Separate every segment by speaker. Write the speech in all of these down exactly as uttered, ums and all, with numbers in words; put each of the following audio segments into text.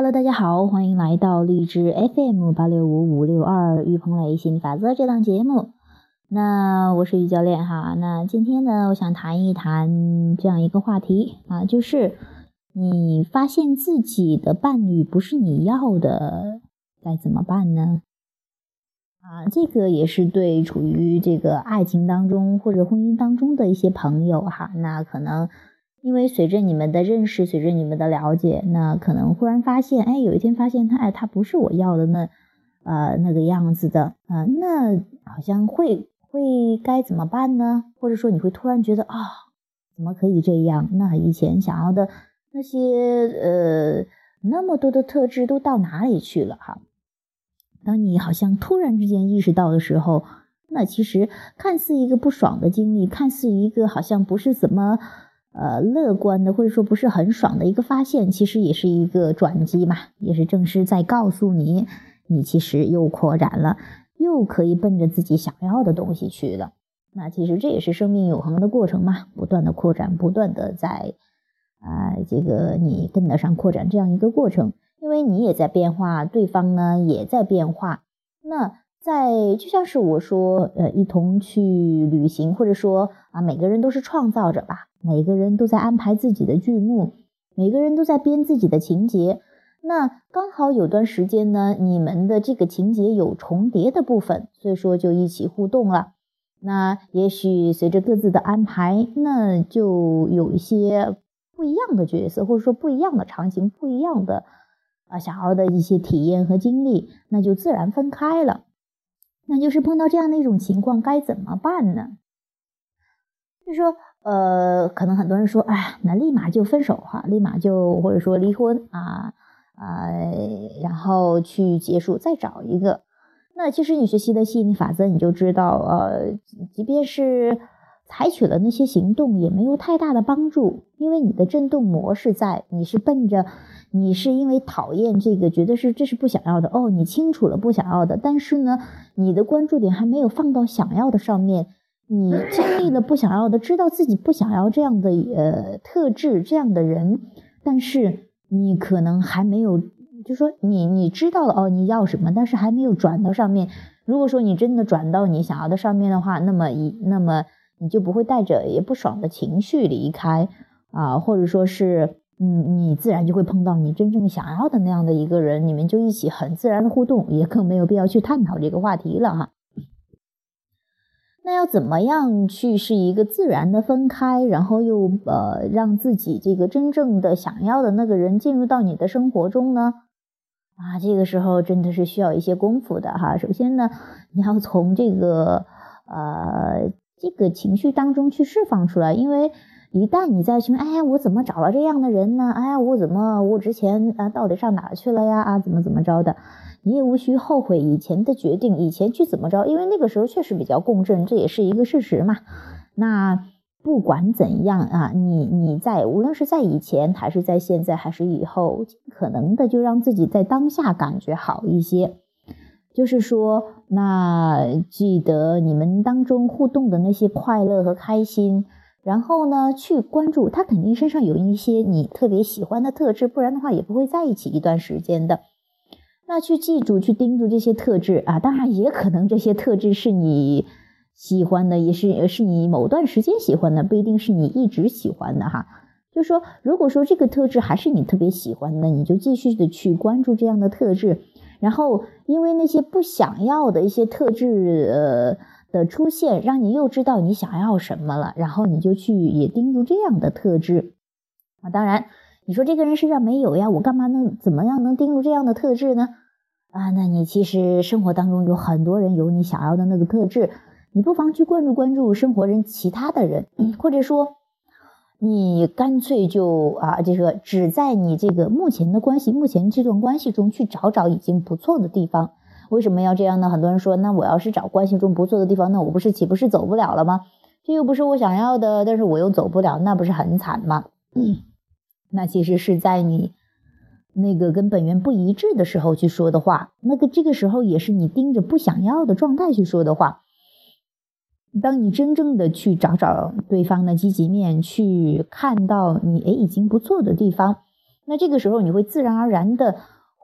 Speaker 1: Hello， 大家好，欢迎来到荔枝 F M 八六五五六二于鹏雷心理法则这档节目。那我是于教练哈，那今天呢，我想谈一谈这样一个话题啊，就是你发现自己的伴侣不是你要的，该怎么办呢？啊，这个也是对处于这个爱情当中或者婚姻当中的一些朋友哈，那可能因为随着你们的认识，随着你们的了解，那可能忽然发现，哎，有一天发现他，哎，他不是我要的那，呃，那个样子的，啊、呃，那好像会会该怎么办呢？或者说你会突然觉得啊、哦，怎么可以这样？那以前想要的那些呃那么多的特质都到哪里去了哈？当你好像突然之间意识到的时候，那其实看似一个不爽的经历，看似一个好像不是怎么呃乐观的，或者说不是很爽的一个发现，其实也是一个转机嘛，也是正是在告诉你，你其实又扩展了，又可以奔着自己想要的东西去了。那其实这也是生命永恒的过程嘛，不断的扩展，不断的在啊、呃、这个你跟得上扩展这样一个过程。因为你也在变化，对方呢也在变化。那在就像是我说，呃，一同去旅行，或者说啊，每个人都是创造者吧，每个人都在安排自己的剧目，每个人都在编自己的情节。那刚好有段时间呢，你们的这个情节有重叠的部分，所以说就一起互动了。那也许随着各自的安排，那就有一些不一样的角色，或者说不一样的场景，不一样的啊，想要的一些体验和经历，那就自然分开了。那就是碰到这样的一种情况该怎么办呢？就是说呃，可能很多人说，哎，那立马就分手哈，立马就或者说离婚啊啊、呃，然后去结束，再找一个。那其实你学习的吸引力法则，你就知道，呃，即便是采取了那些行动，也没有太大的帮助，因为你的振动模式在，你是奔着。你是因为讨厌这个，觉得是这是不想要的哦，你清楚了不想要的，但是呢，你的关注点还没有放到想要的上面，你经历了不想要的，知道自己不想要这样的呃特质，这样的人，但是你可能还没有，就说你你知道了哦，你要什么，但是还没有转到上面。如果说你真的转到你想要的上面的话，那么一那么你就不会带着也不爽的情绪离开啊，或者说是。嗯，你自然就会碰到你真正想要的那样的一个人，你们就一起很自然的互动，也更没有必要去探讨这个话题了哈。那要怎么样去是一个自然的分开，然后又呃让自己这个真正的想要的那个人进入到你的生活中呢？啊，这个时候真的是需要一些功夫的哈。首先呢，你要从这个呃这个情绪当中去释放出来，因为一旦你再去，哎呀，我怎么找了这样的人呢？哎呀，我怎么我之前啊到底上哪去了呀？啊，怎么怎么着的？你也无需后悔以前的决定，以前去怎么着？因为那个时候确实比较共振，这也是一个事实嘛。那不管怎样啊，你你在无论是在以前还是在现在还是以后，尽可能的就让自己在当下感觉好一些。就是说，那记得你们当中互动的那些快乐和开心。然后呢，去关注他肯定身上有一些你特别喜欢的特质，不然的话也不会在一起一段时间的。那去记住，去盯住这些特质啊，当然也可能这些特质是你喜欢的，也是是你某段时间喜欢的，不一定是你一直喜欢的哈。就是说，如果说这个特质还是你特别喜欢的，你就继续的去关注这样的特质，然后因为那些不想要的一些特质，呃。的出现让你又知道你想要什么了，然后你就去也盯住这样的特质啊。当然你说这个人身上没有呀，我干嘛能怎么样能盯住这样的特质呢？啊，那你其实生活当中有很多人有你想要的那个特质，你不妨去关注关注生活中其他的人，或者说你干脆就啊这个只在你这个目前的关系目前这段关系中去找找已经不错的地方。为什么要这样呢？很多人说，那我要是找关系中不错的地方，那我不是岂不是走不了了吗？这又不是我想要的，但是我又走不了，那不是很惨吗？嗯，那其实是在你那个跟本源不一致的时候去说的话，那个这个时候也是你盯着不想要的状态去说的话。当你真正的去找找对方的积极面，去看到你诶已经不错的地方，那这个时候你会自然而然的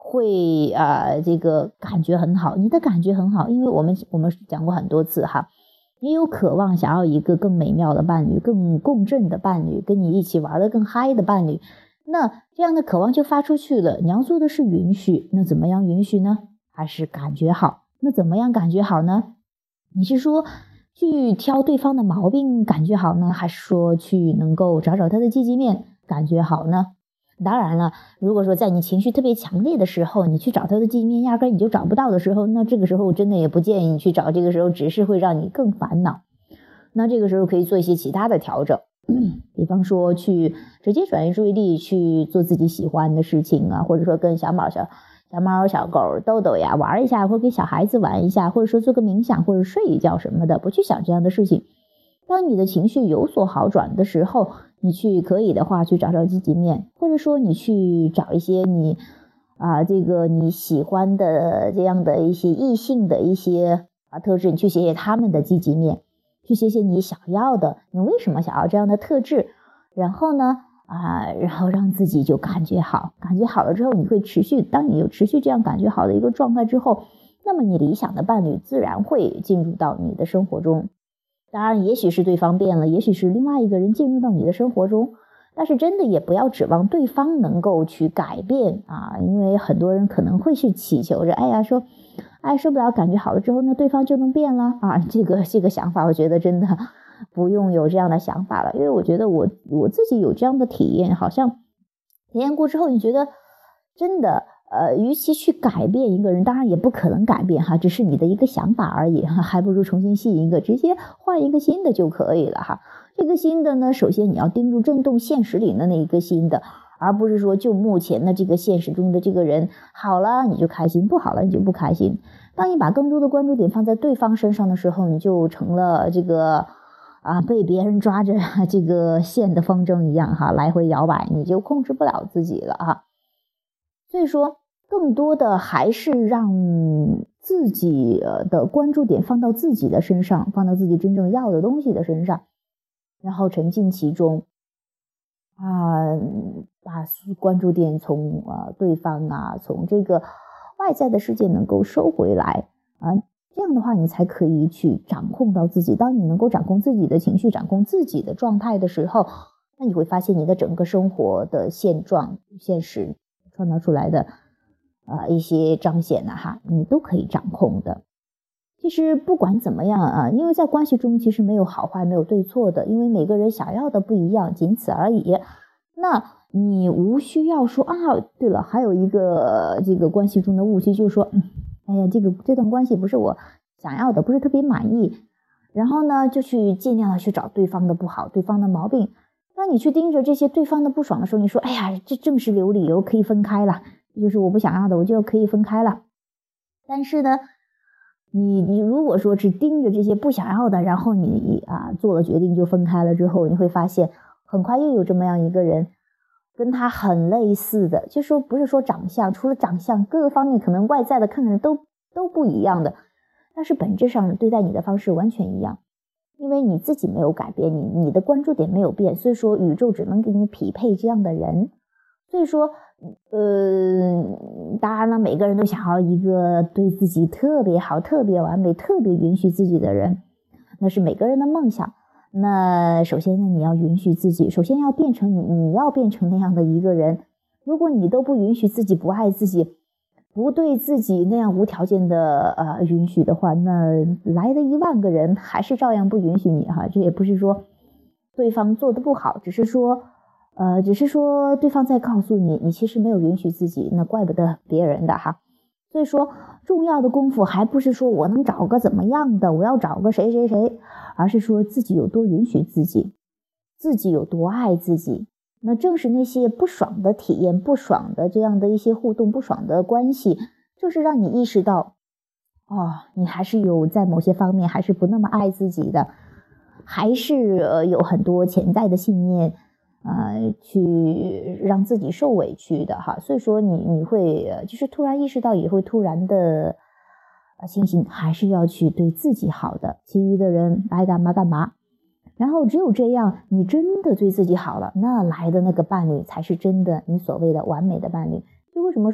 Speaker 1: 会啊、呃、这个感觉很好，你的感觉很好，因为我们我们讲过很多次哈，你有渴望想要一个更美妙的伴侣，更共振的伴侣，跟你一起玩的更嗨的伴侣，那这样的渴望就发出去了。你要做的是允许，那怎么样允许呢？还是感觉好？那怎么样感觉好呢？你是说去挑对方的毛病感觉好呢，还是说去能够找找他的积极面感觉好呢？当然了，如果说在你情绪特别强烈的时候，你去找他的积极面压根你就找不到的时候，那这个时候我真的也不建议你去找，这个时候只是会让你更烦恼。那这个时候可以做一些其他的调整，比方说去直接转移注意力去做自己喜欢的事情啊，或者说跟小猫小小猫小狗逗逗呀玩一下，或者跟小孩子玩一下，或者说做个冥想或者睡一觉什么的，不去想这样的事情。当你的情绪有所好转的时候，你去可以的话去找找积极面，或者说你去找一些你啊这个你喜欢的这样的一些异性的一些啊特质，你去写写他们的积极面，去写写你想要的，你为什么想要这样的特质，然后呢啊，然后让自己就感觉好，感觉好了之后，你会持续，当你有持续这样感觉好的一个状态之后，那么你理想的伴侣自然会进入到你的生活中。当然也许是对方变了，也许是另外一个人进入到你的生活中，但是真的也不要指望对方能够去改变啊，因为很多人可能会去祈求着，哎呀说哎受不了感觉好了之后，那对方就能变了啊，这个这个想法我觉得真的不用有这样的想法了，因为我觉得我我自己有这样的体验，好像体验过之后你觉得真的呃，与其去改变一个人，当然也不可能改变哈，只是你的一个想法而已哈，还不如重新吸引一个，直接换一个新的就可以了哈。这个新的呢，首先你要盯住震动现实里的那一个新的，而不是说就目前的这个现实中的这个人好了你就开心，不好了你就不开心。当你把更多的关注点放在对方身上的时候，你就成了这个啊被别人抓着这个线的风筝一样哈，来回摇摆，你就控制不了自己了哈。所以说更多的还是让自己的关注点放到自己的身上，放到自己真正要的东西的身上，然后沉浸其中啊，把关注点从呃对方啊，从这个外在的世界能够收回来啊，这样的话你才可以去掌控到自己。当你能够掌控自己的情绪，掌控自己的状态的时候，那你会发现你的整个生活的现状现实创造出来的呃一些彰显啊哈，你都可以掌控的。其实不管怎么样啊，因为在关系中其实没有好坏，没有对错的，因为每个人想要的不一样，仅此而已。那你无需要说啊，对了，还有一个这个关系中的误区就是说，嗯、哎呀，这个这段关系不是我想要的，不是特别满意，然后呢就去尽量的去找对方的不好，对方的毛病。当你去盯着这些对方的不爽的时候，你说哎呀，这正是有理由可以分开了，这就是我不想要的，我就可以分开了。但是呢你你如果说只盯着这些不想要的，然后你啊做了决定就分开了之后，你会发现很快又有这么样一个人跟他很类似的，就说不是说长相，除了长相各个方面可能外在的看看都都不一样的，但是本质上对待你的方式完全一样。因为你自己没有改变，你你的关注点没有变，所以说宇宙只能给你匹配这样的人。所以说呃，当然了，每个人都想要一个对自己特别好、特别完美、特别允许自己的人，那是每个人的梦想。那首先呢，你要允许自己，首先要变成你，你要变成那样的一个人。如果你都不允许自己，不爱自己，不对自己那样无条件的呃允许的话，那来的一万个人还是照样不允许你哈。这也不是说对方做的不好，只是说呃，只是说对方在告诉你，你其实没有允许自己，那怪不得别人的哈。所以说重要的功夫还不是说我能找个怎么样的，我要找个谁谁谁，而是说自己有多允许自己，自己有多爱自己。那正是那些不爽的体验，不爽的这样的一些互动，不爽的关系，就是让你意识到哦，你还是有在某些方面还是不那么爱自己的，还是呃有很多潜在的信念呃，去让自己受委屈的哈。所以说你你会就是突然意识到，也会突然的呃信心还是要去对自己好的，其余的人爱干嘛干嘛。然后只有这样，你真的对自己好了，那来的那个伴侣才是真的你所谓的完美的伴侣。就为什么说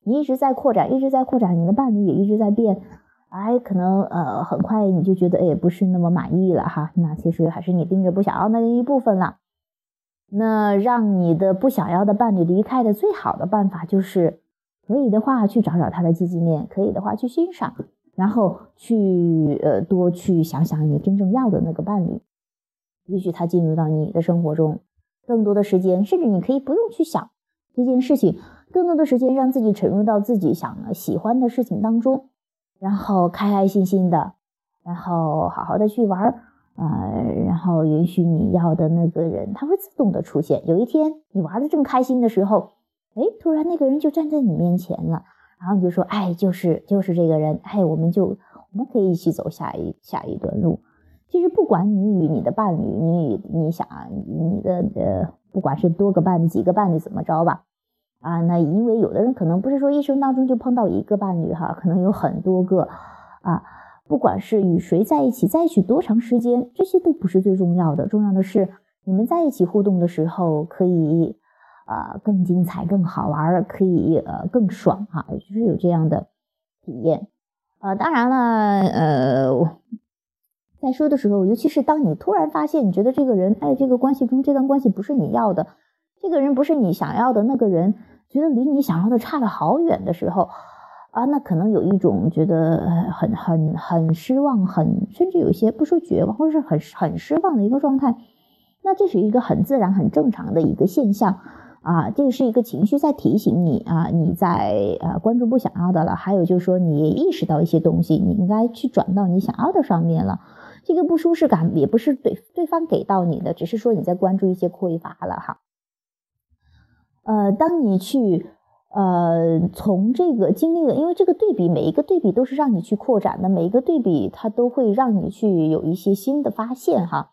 Speaker 1: 你一直在扩展，一直在扩展，你的伴侣也一直在变，哎，可能呃很快你就觉得哎不是那么满意了哈，那其实还是你盯着不想要的一部分了。那让你的不想要的伴侣离开的最好的办法就是，可以的话去找找他的积极面，可以的话去欣赏，然后去呃多去想想你真正要的那个伴侣，允许他进入到你的生活中，更多的时间，甚至你可以不用去想这件事情，更多的时间让自己沉入到自己想喜欢的事情当中，然后开开心心的，然后好好的去玩呃，然后允许你要的那个人他会自动的出现。有一天你玩的正开心的时候，诶，突然那个人就站在你面前了，然后你就说哎就是就是这个人，哎我们就我们可以一起走下一下一段路。其实不管你与你的伴侣，你与你想你的呃不管是多个伴侣几个伴侣怎么着吧，啊那因为有的人可能不是说一生当中就碰到一个伴侣哈，可能有很多个啊。不管是与谁在一起，在一起多长时间，这些都不是最重要的，重要的是你们在一起互动的时候可以呃更精彩更好玩，可以呃更爽哈，就是有这样的体验。呃当然了呃在说的时候，尤其是当你突然发现你觉得这个人哎这个关系中这段关系不是你要的，这个人不是你想要的，那个人觉得离你想要的差得好远的时候啊，那可能有一种觉得很很很失望，很甚至有一些不说绝望，或者是很很失望的一个状态。那这是一个很自然很正常的一个现象啊，这是一个情绪在提醒你啊，你在呃关注不想要的了，还有就是说你意识到一些东西，你应该去转到你想要的上面了。这个不舒适感也不是对对方给到你的，只是说你在关注一些匮乏了哈。呃，当你去呃，从这个经历了，因为这个对比，每一个对比都是让你去扩展的，每一个对比它都会让你去有一些新的发现哈。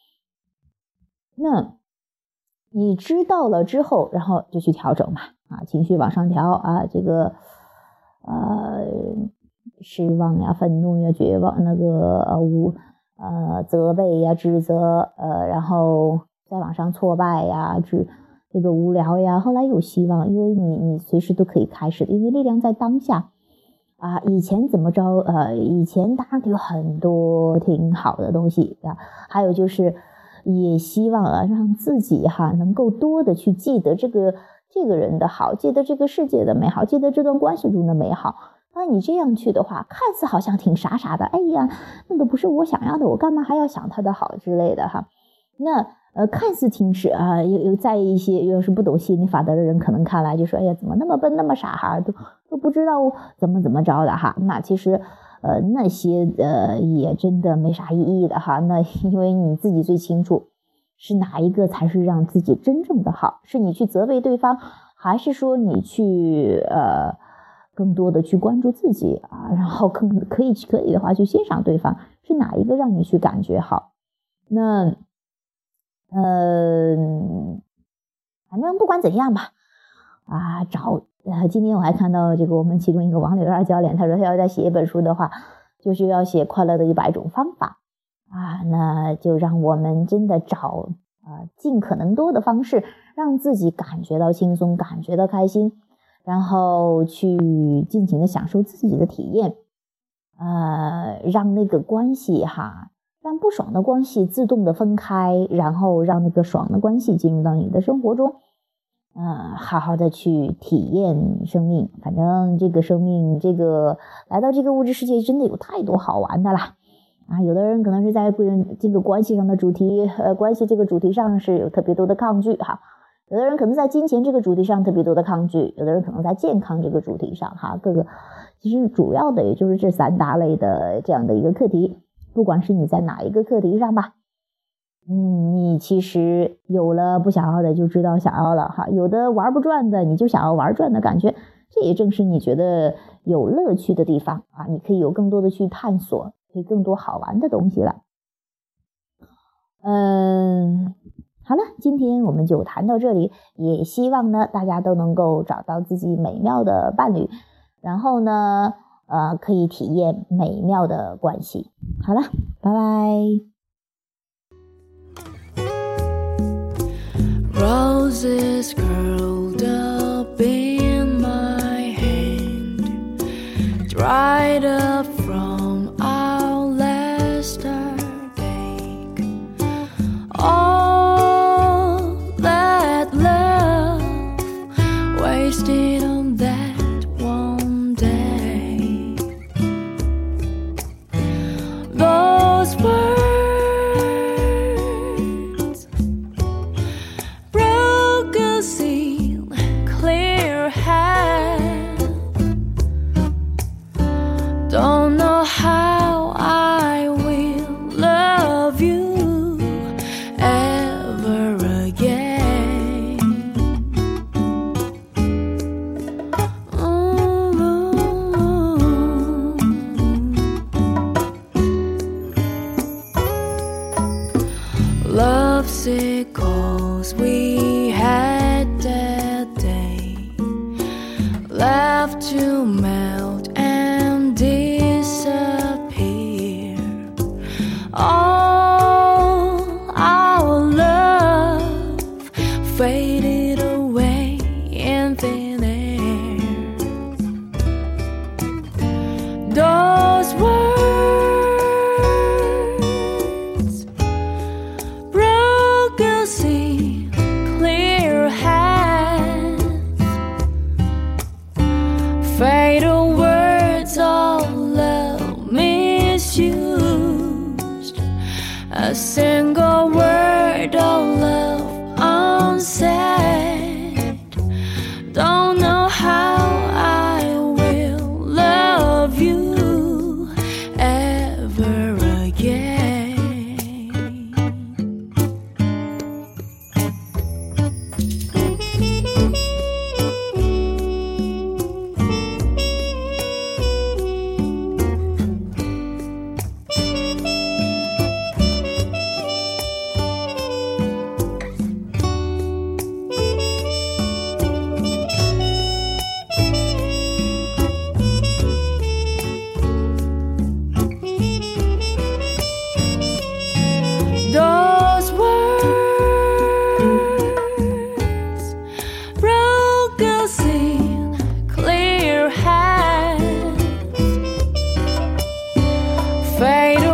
Speaker 1: 那你知道了之后，然后就去调整嘛，啊，情绪往上调啊，这个呃失望呀、愤怒呀、绝望，那个呃无呃责备呀、指责，呃，然后再往上挫败呀、指。这个无聊呀，后来有希望，因为你你随时都可以开始的，因为力量在当下啊。以前怎么着呃以前当然有很多挺好的东西啊，还有就是也希望啊让自己哈能够多的去记得这个这个人的好，记得这个世界的美好，记得这段关系中的美好。那你这样去的话，看似好像挺傻傻的，哎呀那个不是我想要的，我干嘛还要想他的好之类的哈。那呃，看似挺是啊，有有在一些要是不懂心理法则的人可能看来就说，哎呀，怎么那么笨那么傻哈，都都不知道怎么怎么着的哈。那其实呃那些呃也真的没啥意义的哈。那因为你自己最清楚是哪一个才是让自己真正的好，是你去责备对方，还是说你去呃更多的去关注自己啊，然后更可以可以的话去欣赏对方，是哪一个让你去感觉好？那呃，反正不管怎样吧，啊，找呃，今天我还看到这个我们其中一个王柳二教练，他说他要再写一本书的话，就是要写快乐的一百种方法啊，那就让我们真的找啊，尽可能多的方式，让自己感觉到轻松，感觉到开心，然后去尽情的享受自己的体验，呃，让那个关系哈。让不爽的关系自动的分开，然后让那个爽的关系进入到你的生活中，呃，好好的去体验生命。反正这个生命，这个来到这个物质世界真的有太多好玩的啦。啊，有的人可能是在这个关系上的主题，呃，关系这个主题上是有特别多的抗拒哈。有的人可能在金钱这个主题上特别多的抗拒，有的人可能在健康这个主题上哈，各个其实主要的也就是这三大类的这样的一个课题。不管是你在哪一个课题上吧，嗯，你其实有了不想要的就知道想要了哈，有的玩不转的你就想要玩转的感觉，这也正是你觉得有乐趣的地方啊，你可以有更多的去探索，可以更多好玩的东西了。嗯，好了，今天我们就谈到这里，也希望呢大家都能够找到自己美妙的伴侣，然后呢呃，可以体验美妙的关系。好了，拜拜。
Speaker 2: Roses curled up in my hair. right up from our last day. All that love wasted on that one day. Those words broke a seal, clear half. Don't know how I will love you ever again. Ooh. Lovesick 'cause we had that day, left to melt and disappear. All our love faded away in thin air. Those words broke a seal, clear half. Fatal words, all love misused. A single word of love unsaid. Don't know how I will love you ever again. Those words broke a seal, clear half. Fade